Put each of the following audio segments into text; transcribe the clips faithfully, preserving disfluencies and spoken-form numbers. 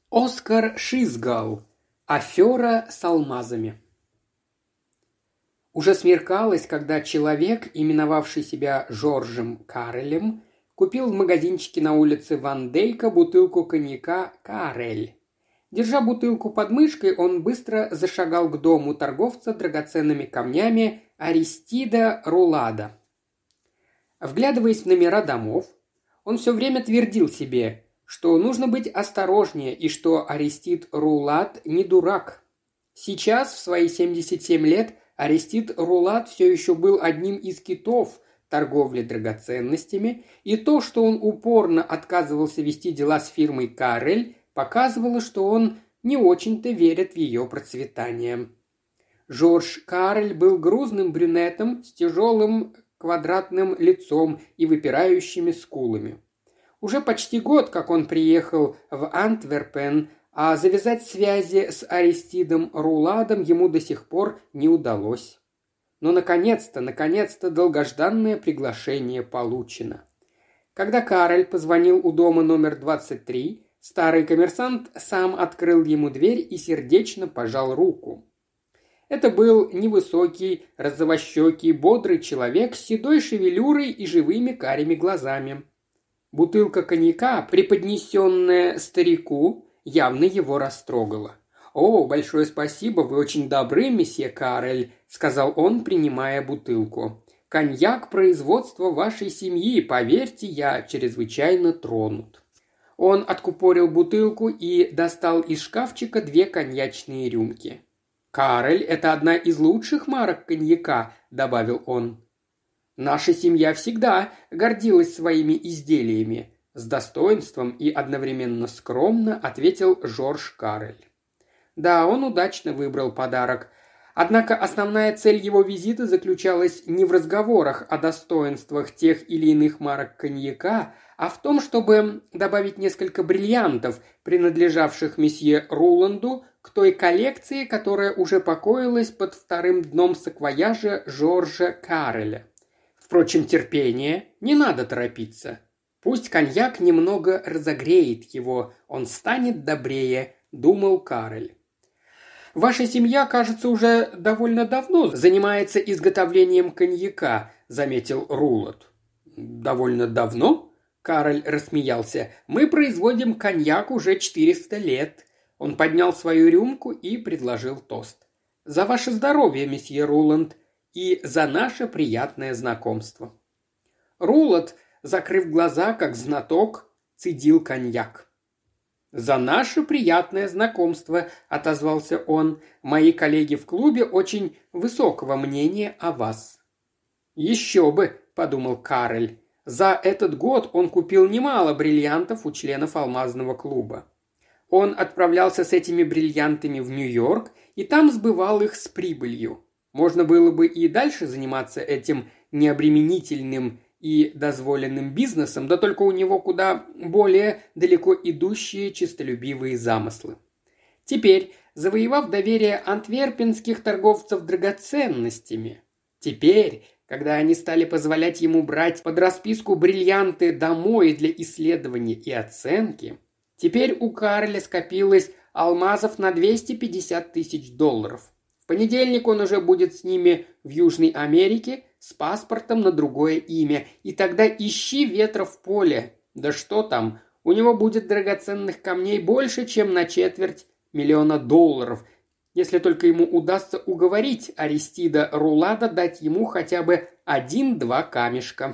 Оскар Шизгал. Афера с алмазами. Уже смеркалось, когда человек, именовавший себя Жоржем Карелем, купил в магазинчике на улице Ван Дейка бутылку коньяка «Карель». Держа бутылку под мышкой, он быстро зашагал к дому торговца драгоценными камнями Аристида Рулада. Вглядываясь в номера домов, он все время твердил себе, что нужно быть осторожнее и что Аристид Рулад не дурак. Сейчас, в свои семьдесят семь лет, Аристид Рулад все еще был одним из китов торговли драгоценностями, и то, что он упорно отказывался вести дела с фирмой «Карель», показывало, что он не очень-то верит в ее процветание. Жорж Карель был грузным брюнетом с тяжелым квадратным лицом и выпирающими скулами. Уже почти год, как он приехал в Антверпен, а завязать связи с Аристидом Руладом ему до сих пор не удалось. Но наконец-то, наконец-то долгожданное приглашение получено. Когда Карель позвонил у дома номер двадцать три, старый коммерсант сам открыл ему дверь и сердечно пожал руку. Это был невысокий, розовощекий, бодрый человек с седой шевелюрой и живыми карими глазами. Бутылка коньяка, преподнесенная старику, явно его растрогала. «О, большое спасибо, вы очень добры, месье Карель», — сказал он, принимая бутылку. «Коньяк производства вашей семьи, поверьте, я чрезвычайно тронут». Он откупорил бутылку и достал из шкафчика две коньячные рюмки. «Карель – это одна из лучших марок коньяка», – добавил он. «Наша семья всегда гордилась своими изделиями», – с достоинством и одновременно скромно ответил Жорж Карель. Да, он удачно выбрал подарок. Однако основная цель его визита заключалась не в разговорах о достоинствах тех или иных марок коньяка, а в том, чтобы добавить несколько бриллиантов, принадлежавших месье Руланду, к той коллекции, которая уже покоилась под вторым дном саквояжа Жоржа Кареля. Впрочем, терпение, не надо торопиться. Пусть коньяк немного разогреет его, он станет добрее, думал Карель. «Ваша семья, кажется, уже довольно давно занимается изготовлением коньяка», – заметил Руланд. «Довольно давно?» – Карель рассмеялся. «Мы производим коньяк уже четыреста лет». Он поднял свою рюмку и предложил тост. «За ваше здоровье, месье Руланд, и за наше приятное знакомство». Руланд, закрыв глаза, как знаток, цедил коньяк. «За наше приятное знакомство», – отозвался он. «Мои коллеги в клубе очень высокого мнения о вас». «Еще бы», – подумал Карель. За этот год он купил немало бриллиантов у членов алмазного клуба. Он отправлялся с этими бриллиантами в Нью-Йорк и там сбывал их с прибылью. Можно было бы и дальше заниматься этим необременительным и дозволенным бизнесом, да только у него куда более далеко идущие честолюбивые замыслы. Теперь, завоевав доверие антверпенских торговцев драгоценностями, теперь, когда они стали позволять ему брать под расписку бриллианты домой для исследования и оценки, теперь у Кареля скопилось алмазов на двести пятьдесят тысяч долларов. В понедельник он уже будет с ними в Южной Америке с паспортом на другое имя, и тогда ищи ветра в поле. Да что там, у него будет драгоценных камней больше, чем на четверть миллиона долларов, если только ему удастся уговорить Аристида Рулада дать ему хотя бы один-два камешка.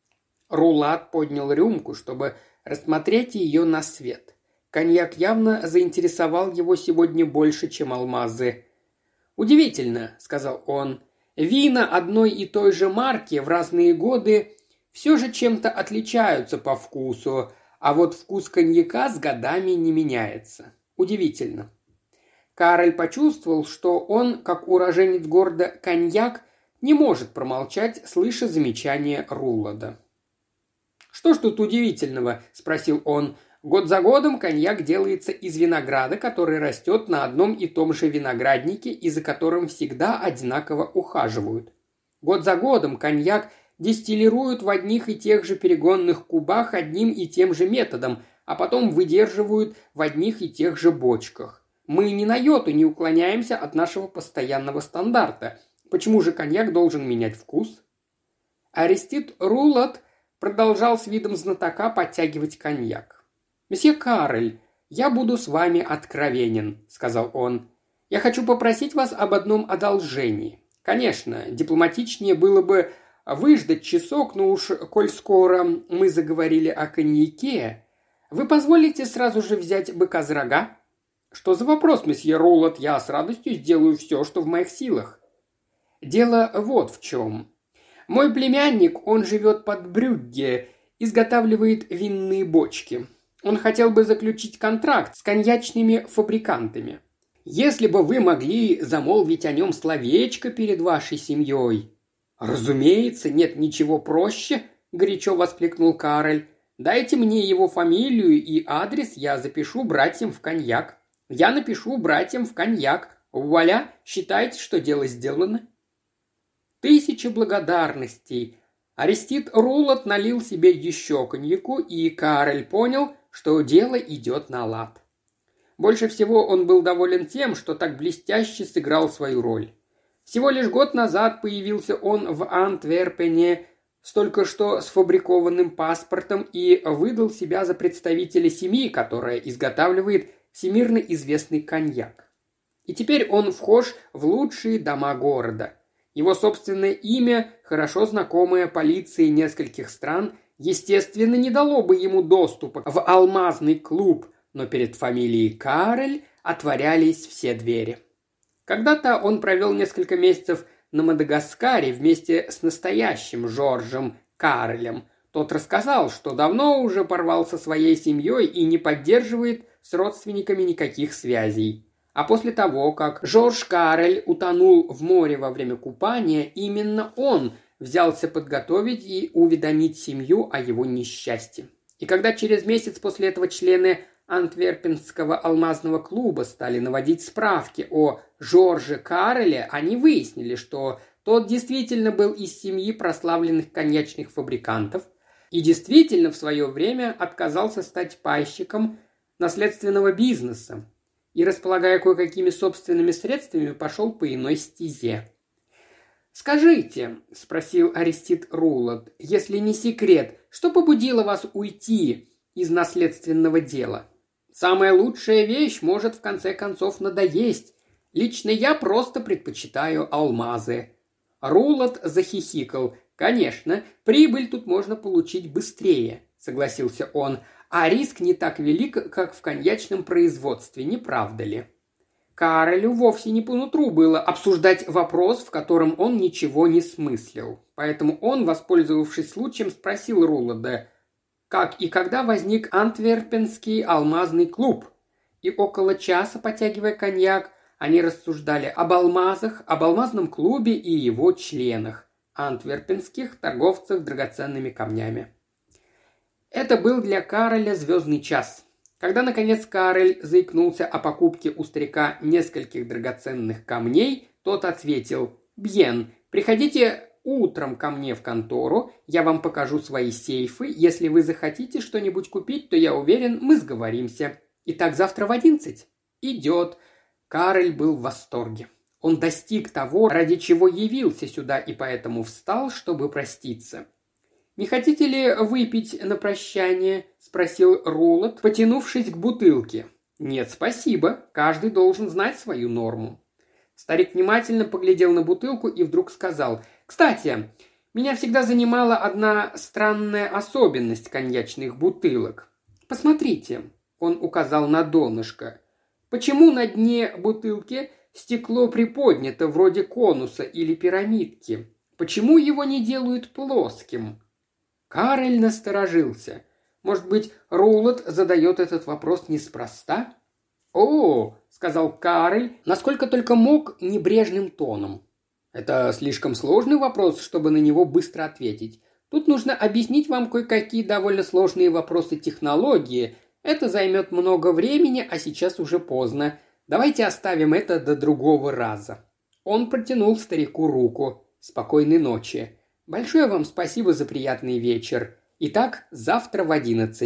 Рулад поднял рюмку, чтобы рассмотреть ее на свет. Коньяк явно заинтересовал его сегодня больше, чем алмазы. «Удивительно», — сказал он, — «вина одной и той же марки в разные годы все же чем-то отличаются по вкусу, а вот вкус коньяка с годами не меняется. Удивительно». Карель почувствовал, что он, как уроженец города Коньяк, не может промолчать, слыша замечание Рулада. «Что ж тут удивительного?» – спросил он. «Год за годом коньяк делается из винограда, который растет на одном и том же винограднике и за которым всегда одинаково ухаживают. Год за годом коньяк дистиллируют в одних и тех же перегонных кубах одним и тем же методом, а потом выдерживают в одних и тех же бочках. Мы ни на йоту не уклоняемся от нашего постоянного стандарта. Почему же коньяк должен менять вкус?» Арестит Рулот продолжал с видом знатока подтягивать коньяк. «Месье Карель, я буду с вами откровенен», — сказал он. «Я хочу попросить вас об одном одолжении. Конечно, дипломатичнее было бы выждать часок, но уж, коль скоро мы заговорили о коньяке, вы позволите сразу же взять быка за рога?» «Что за вопрос, месье Рулот? Я с радостью сделаю все, что в моих силах». «Дело вот в чем. Мой племянник, он живет под Брюгге, изготавливает винные бочки. Он хотел бы заключить контракт с коньячными фабрикантами. Если бы вы могли замолвить о нем словечко перед вашей семьей». «Разумеется, нет ничего проще», – горячо воскликнул Карель. «Дайте мне его фамилию и адрес, я запишу братьям в коньяк. Я напишу братьям в коньяк. Вуаля, считайте, что дело сделано». Тысячи благодарностей. Арестит Рулот налил себе еще коньяку, и Карель понял, что дело идет на лад. Больше всего он был доволен тем, что так блестяще сыграл свою роль. Всего лишь год назад появился он в Антверпене с только что сфабрикованным паспортом и выдал себя за представителя семьи, которая изготавливает всемирно известный коньяк. И теперь он вхож в лучшие дома города. Его собственное имя, хорошо знакомое полиции нескольких стран, естественно, не дало бы ему доступа в алмазный клуб, но перед фамилией Карель отворялись все двери. Когда-то он провел несколько месяцев на Мадагаскаре вместе с настоящим Жоржем Карелем. Тот рассказал, что давно уже порвал со своей семьей и не поддерживает с родственниками никаких связей. А после того, как Жорж Карель утонул в море во время купания, именно он взялся подготовить и уведомить семью о его несчастье. И когда через месяц после этого члены Антверпенского алмазного клуба стали наводить справки о Жорже Кареле, они выяснили, что тот действительно был из семьи прославленных коньячных фабрикантов и действительно в свое время отказался стать пайщиком наследственного бизнеса и, располагая кое-какими собственными средствами, пошел по иной стезе. «Скажите», – спросил Арестит Рулот, – «если не секрет, что побудило вас уйти из наследственного дела? Самая лучшая вещь может в конце концов надоесть. Лично я просто предпочитаю алмазы». Рулот захихикал. «Конечно, прибыль тут можно получить быстрее», – согласился он, – «а риск не так велик, как в коньячном производстве, не правда ли?» Карелю вовсе не по нутру было обсуждать вопрос, в котором он ничего не смыслил. Поэтому он, воспользовавшись случаем, спросил Рулода, как и когда возник Антверпенский алмазный клуб. И около часа, потягивая коньяк, они рассуждали об алмазах, об алмазном клубе и его членах, антверпенских торговцах драгоценными камнями. Это был для Кареля звездный час. Когда, наконец, Карель заикнулся о покупке у старика нескольких драгоценных камней, тот ответил: «Бьен, приходите утром ко мне в контору, я вам покажу свои сейфы. Если вы захотите что-нибудь купить, то, я уверен, мы сговоримся. Итак, завтра в одиннадцать?» «Идет». Карель был в восторге. Он достиг того, ради чего явился сюда, и поэтому встал, чтобы проститься. «Не хотите ли выпить на прощание?» – спросил Рулот, потянувшись к бутылке. «Нет, спасибо. Каждый должен знать свою норму». Старик внимательно поглядел на бутылку и вдруг сказал: «Кстати, меня всегда занимала одна странная особенность коньячных бутылок. Посмотрите», – он указал на донышко. «Почему на дне бутылки стекло приподнято вроде конуса или пирамидки? Почему его не делают плоским?» Карель насторожился. Может быть, Рулот задает этот вопрос неспроста? «О, — сказал Карель, насколько только мог, небрежным тоном. — Это слишком сложный вопрос, чтобы на него быстро ответить. Тут нужно объяснить вам кое-какие довольно сложные вопросы технологии. Это займет много времени, а сейчас уже поздно. Давайте оставим это до другого раза». Он протянул старику руку. «Спокойной ночи. Большое вам спасибо за приятный вечер. Итак, завтра в одиннадцать».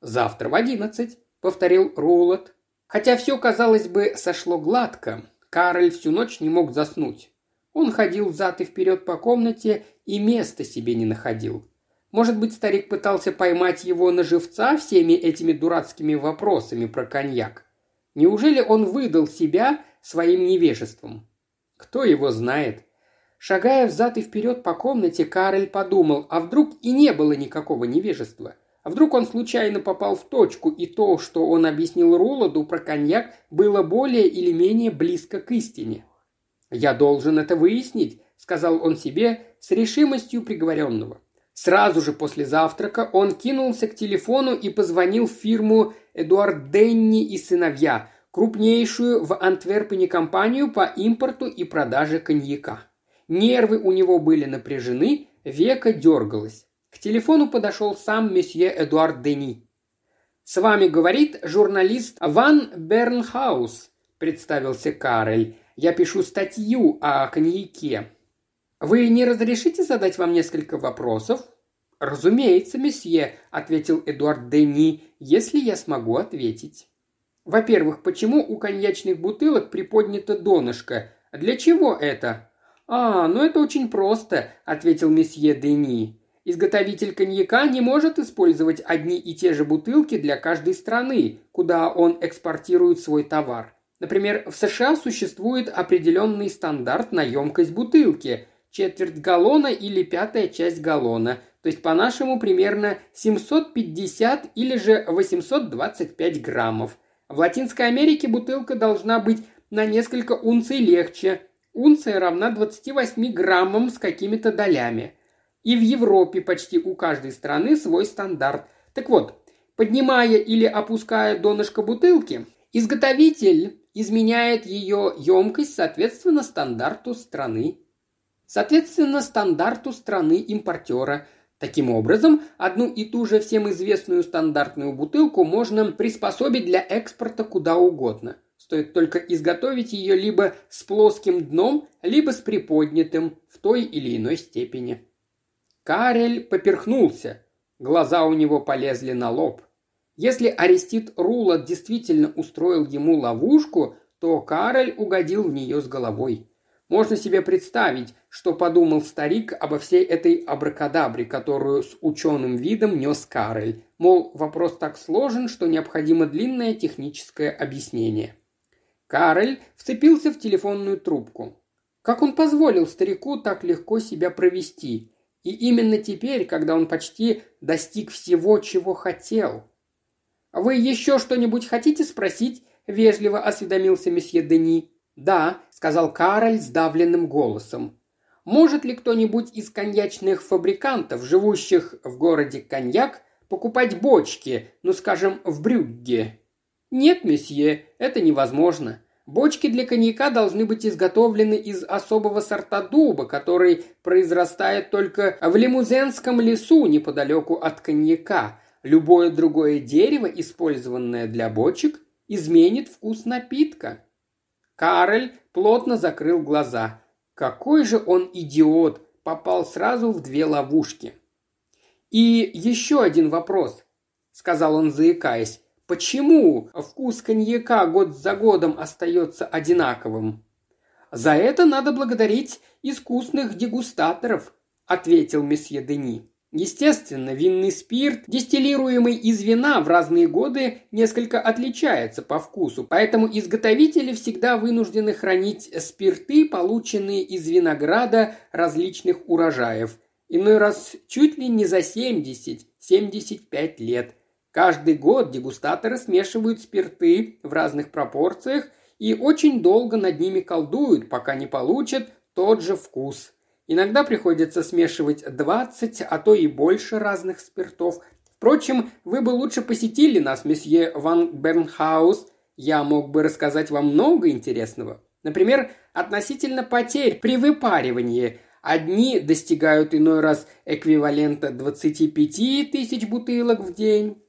«Завтра в одиннадцать», — повторил Роулет. Хотя все, казалось бы, сошло гладко, Кароль всю ночь не мог заснуть. Он ходил взад и вперед по комнате и места себе не находил. Может быть, старик пытался поймать его на живца всеми этими дурацкими вопросами про коньяк? Неужели он выдал себя своим невежеством? Кто его знает? Шагая взад и вперед по комнате, Кароль подумал, а вдруг и не было никакого невежества? А вдруг он случайно попал в точку, и то, что он объяснил Рулоду про коньяк, было более или менее близко к истине? «Я должен это выяснить», — сказал он себе с решимостью приговоренного. Сразу же после завтрака он кинулся к телефону и позвонил в фирму «Эдуард Денни и сыновья», крупнейшую в Антверпене компанию по импорту и продаже коньяка. Нервы у него были напряжены, веко дергалось. К телефону подошел сам месье Эдуард Денни. «С вами говорит журналист Ван Бернхаус», – представился Кароль. «Я пишу статью о коньяке. Вы не разрешите задать вам несколько вопросов?» «Разумеется, месье», – ответил Эдуард Денни, – «если я смогу ответить». «Во-первых, почему у коньячных бутылок приподнято донышко? Для чего это?» «А, ну это очень просто», – ответил месье Денни. «Изготовитель коньяка не может использовать одни и те же бутылки для каждой страны, куда он экспортирует свой товар. Например, в США существует определенный стандарт на емкость бутылки – четверть галлона или пятая часть галлона, то есть по-нашему примерно семьсот пятьдесят или же восемьсот двадцать пять граммов. В Латинской Америке бутылка должна быть на несколько унций легче. Унция равна двадцати восьми граммам с какими-то долями. И в Европе почти у каждой страны свой стандарт. Так вот, поднимая или опуская донышко бутылки, изготовитель изменяет ее емкость соответственно стандарту страны. Соответственно стандарту страны-импортера. Таким образом, одну и ту же всем известную стандартную бутылку можно приспособить для экспорта куда угодно. Стоит только изготовить ее либо с плоским дном, либо с приподнятым в той или иной степени. Кароль поперхнулся. Глаза у него полезли на лоб. Если Арестит Рулот действительно устроил ему ловушку, то Кароль угодил в нее с головой. Можно себе представить, что подумал старик обо всей этой абракадабре, которую с ученым видом нес Кароль. Мол, вопрос так сложен, что необходимо длинное техническое объяснение. Кароль вцепился в телефонную трубку. Как он позволил старику так легко себя провести? И именно теперь, когда он почти достиг всего, чего хотел. «Вы еще что-нибудь хотите спросить?» – вежливо осведомился месье Дени. «Да», – сказал Кароль сдавленным голосом. «Может ли кто-нибудь из коньячных фабрикантов, живущих в городе Коньяк, покупать бочки, ну, скажем, в Брюгге?» «Нет, месье, это невозможно. Бочки для коньяка должны быть изготовлены из особого сорта дуба, который произрастает только в Лимузенском лесу неподалеку от коньяка. Любое другое дерево, использованное для бочек, изменит вкус напитка». Кароль плотно закрыл глаза. Какой же он идиот, попал сразу в две ловушки. «И еще один вопрос», — сказал он, заикаясь. «Почему вкус коньяка год за годом остается одинаковым?» «За это надо благодарить искусных дегустаторов», — ответил месье Дени. «Естественно, винный спирт, дистиллируемый из вина в разные годы, несколько отличается по вкусу, поэтому изготовители всегда вынуждены хранить спирты, полученные из винограда различных урожаев, иной раз чуть ли не за семьдесят-семьдесят пять лет. Каждый год дегустаторы смешивают спирты в разных пропорциях и очень долго над ними колдуют, пока не получат тот же вкус. Иногда приходится смешивать двадцать, а то и больше разных спиртов. Впрочем, вы бы лучше посетили нас, месье Ван Бернхаус. Я мог бы рассказать вам много интересного. Например, относительно потерь при выпаривании. Одни достигают иной раз эквивалента двадцати пяти тысяч бутылок в день.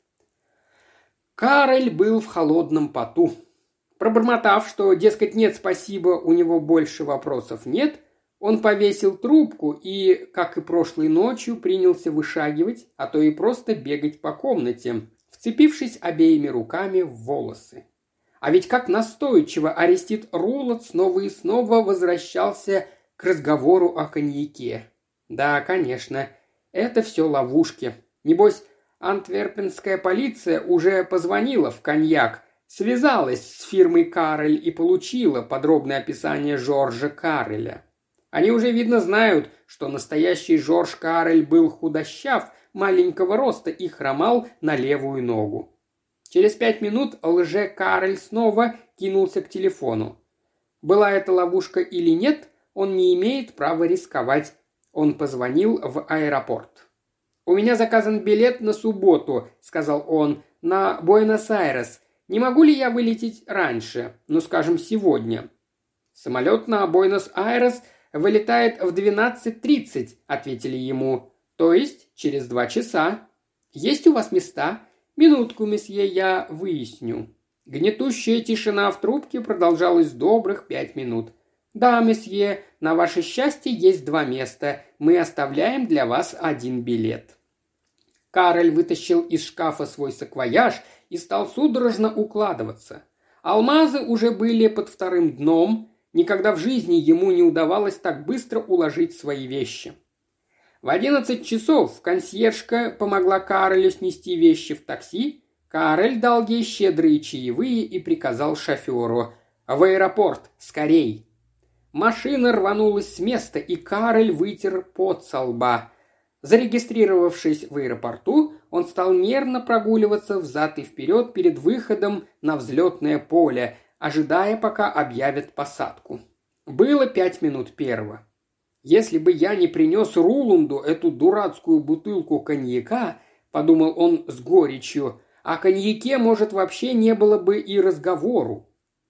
Кароль был в холодном поту. Пробормотав, что, дескать, нет, спасибо, у него больше вопросов нет, он повесил трубку и, как и прошлой ночью, принялся вышагивать, а то и просто бегать по комнате, в вцепившись обеими руками в волосы. А ведь как настойчиво Арестит Рулот снова и снова возвращался к разговору о коньяке. Да, конечно, это все ловушки. Небось, антверпенская полиция уже позвонила в коньяк, связалась с фирмой Карель и получила подробное описание Жоржа Кареля. Они уже, видно, знают, что настоящий Жорж Карель был худощав, маленького роста и хромал на левую ногу. Через пять минут лже-Карель снова кинулся к телефону. Была это ловушка или нет, он не имеет права рисковать. Он позвонил в аэропорт. «У меня заказан билет на субботу», — сказал он, — «на Буэнос-Айрес. Не могу ли я вылететь раньше? Ну, скажем, сегодня?» «Самолет на Буэнос-Айрес вылетает в двенадцать тридцать», — ответили ему. «То есть через два часа. Есть у вас места? Минутку, месье, я выясню». Гнетущая тишина в трубке продолжалась добрых пять минут. «Да, месье, на ваше счастье есть два места. Мы оставляем для вас один билет». Карель вытащил из шкафа свой саквояж и стал судорожно укладываться. Алмазы уже были под вторым дном. Никогда в жизни ему не удавалось так быстро уложить свои вещи. В одиннадцать часов консьержка помогла Карелю снести вещи в такси. Карель дал ей щедрые чаевые и приказал шоферу: «В аэропорт, скорей!» Машина рванулась с места, и Карель вытер пот со лба. Зарегистрировавшись в аэропорту, он стал нервно прогуливаться взад и вперед перед выходом на взлетное поле, ожидая, пока объявят посадку. Было пять минут первого. «Если бы я не принес Руланду эту дурацкую бутылку коньяка, — подумал он с горечью, — о коньяке, может, вообще не было бы и разговору».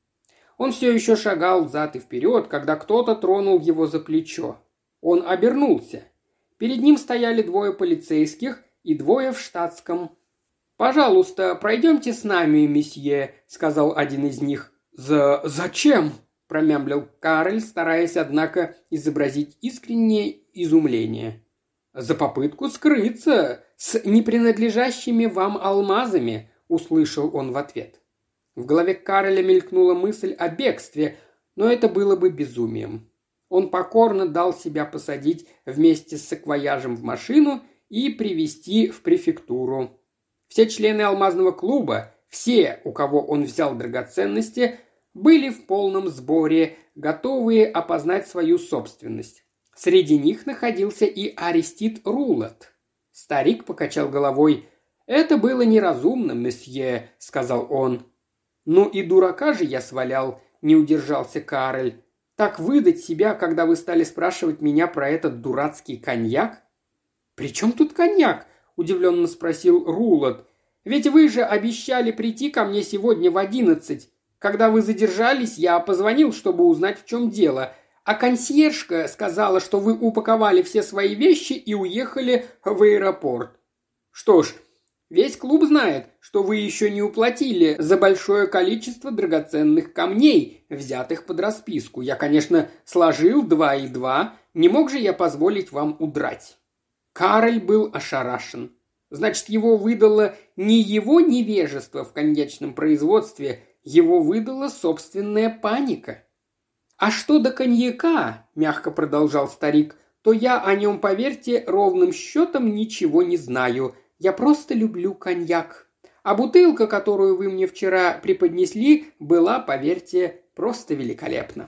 Он все еще шагал взад и вперед, когда кто-то тронул его за плечо. Он обернулся. Перед ним стояли двое полицейских и двое в штатском. «Пожалуйста, пройдемте с нами, месье», — сказал один из них. «За... зачем?» — промямлил Карель, стараясь, однако, изобразить искреннее изумление. «За попытку скрыться с непринадлежащими вам алмазами», — услышал он в ответ. В голове Кареля мелькнула мысль о бегстве, но это было бы безумием. Он покорно дал себя посадить вместе с саквояжем в машину и привезти в префектуру. Все члены алмазного клуба, все, у кого он взял драгоценности, были в полном сборе, готовые опознать свою собственность. Среди них находился и Арестит Рулот. Старик покачал головой. «Это было неразумно, месье», — сказал он. «Ну и дурака же я свалял», — не удержался Карель. «Так выдать себя, когда вы стали спрашивать меня про этот дурацкий коньяк?» «При чем тут коньяк?» – удивленно спросил Рулот. «Ведь вы же обещали прийти ко мне сегодня в одиннадцать. Когда вы задержались, я позвонил, чтобы узнать, в чем дело. А консьержка сказала, что вы упаковали все свои вещи и уехали в аэропорт. Что ж, весь клуб знает, что вы еще не уплатили за большое количество драгоценных камней, взятых под расписку. Я, конечно, сложил два и два. Не мог же я позволить вам удрать?» Карель был ошарашен. Значит, его выдало не его невежество в коньячном производстве, его выдала собственная паника. «А что до коньяка, — мягко продолжал старик, — то я о нем, поверьте, ровным счетом ничего не знаю. Я просто люблю коньяк. А бутылка, которую вы мне вчера преподнесли, была, поверьте, просто великолепна».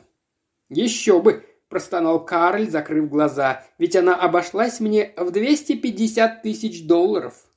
«Еще бы!» – простонал Карель, закрыв глаза. «Ведь она обошлась мне в двести пятьдесят тысяч долларов».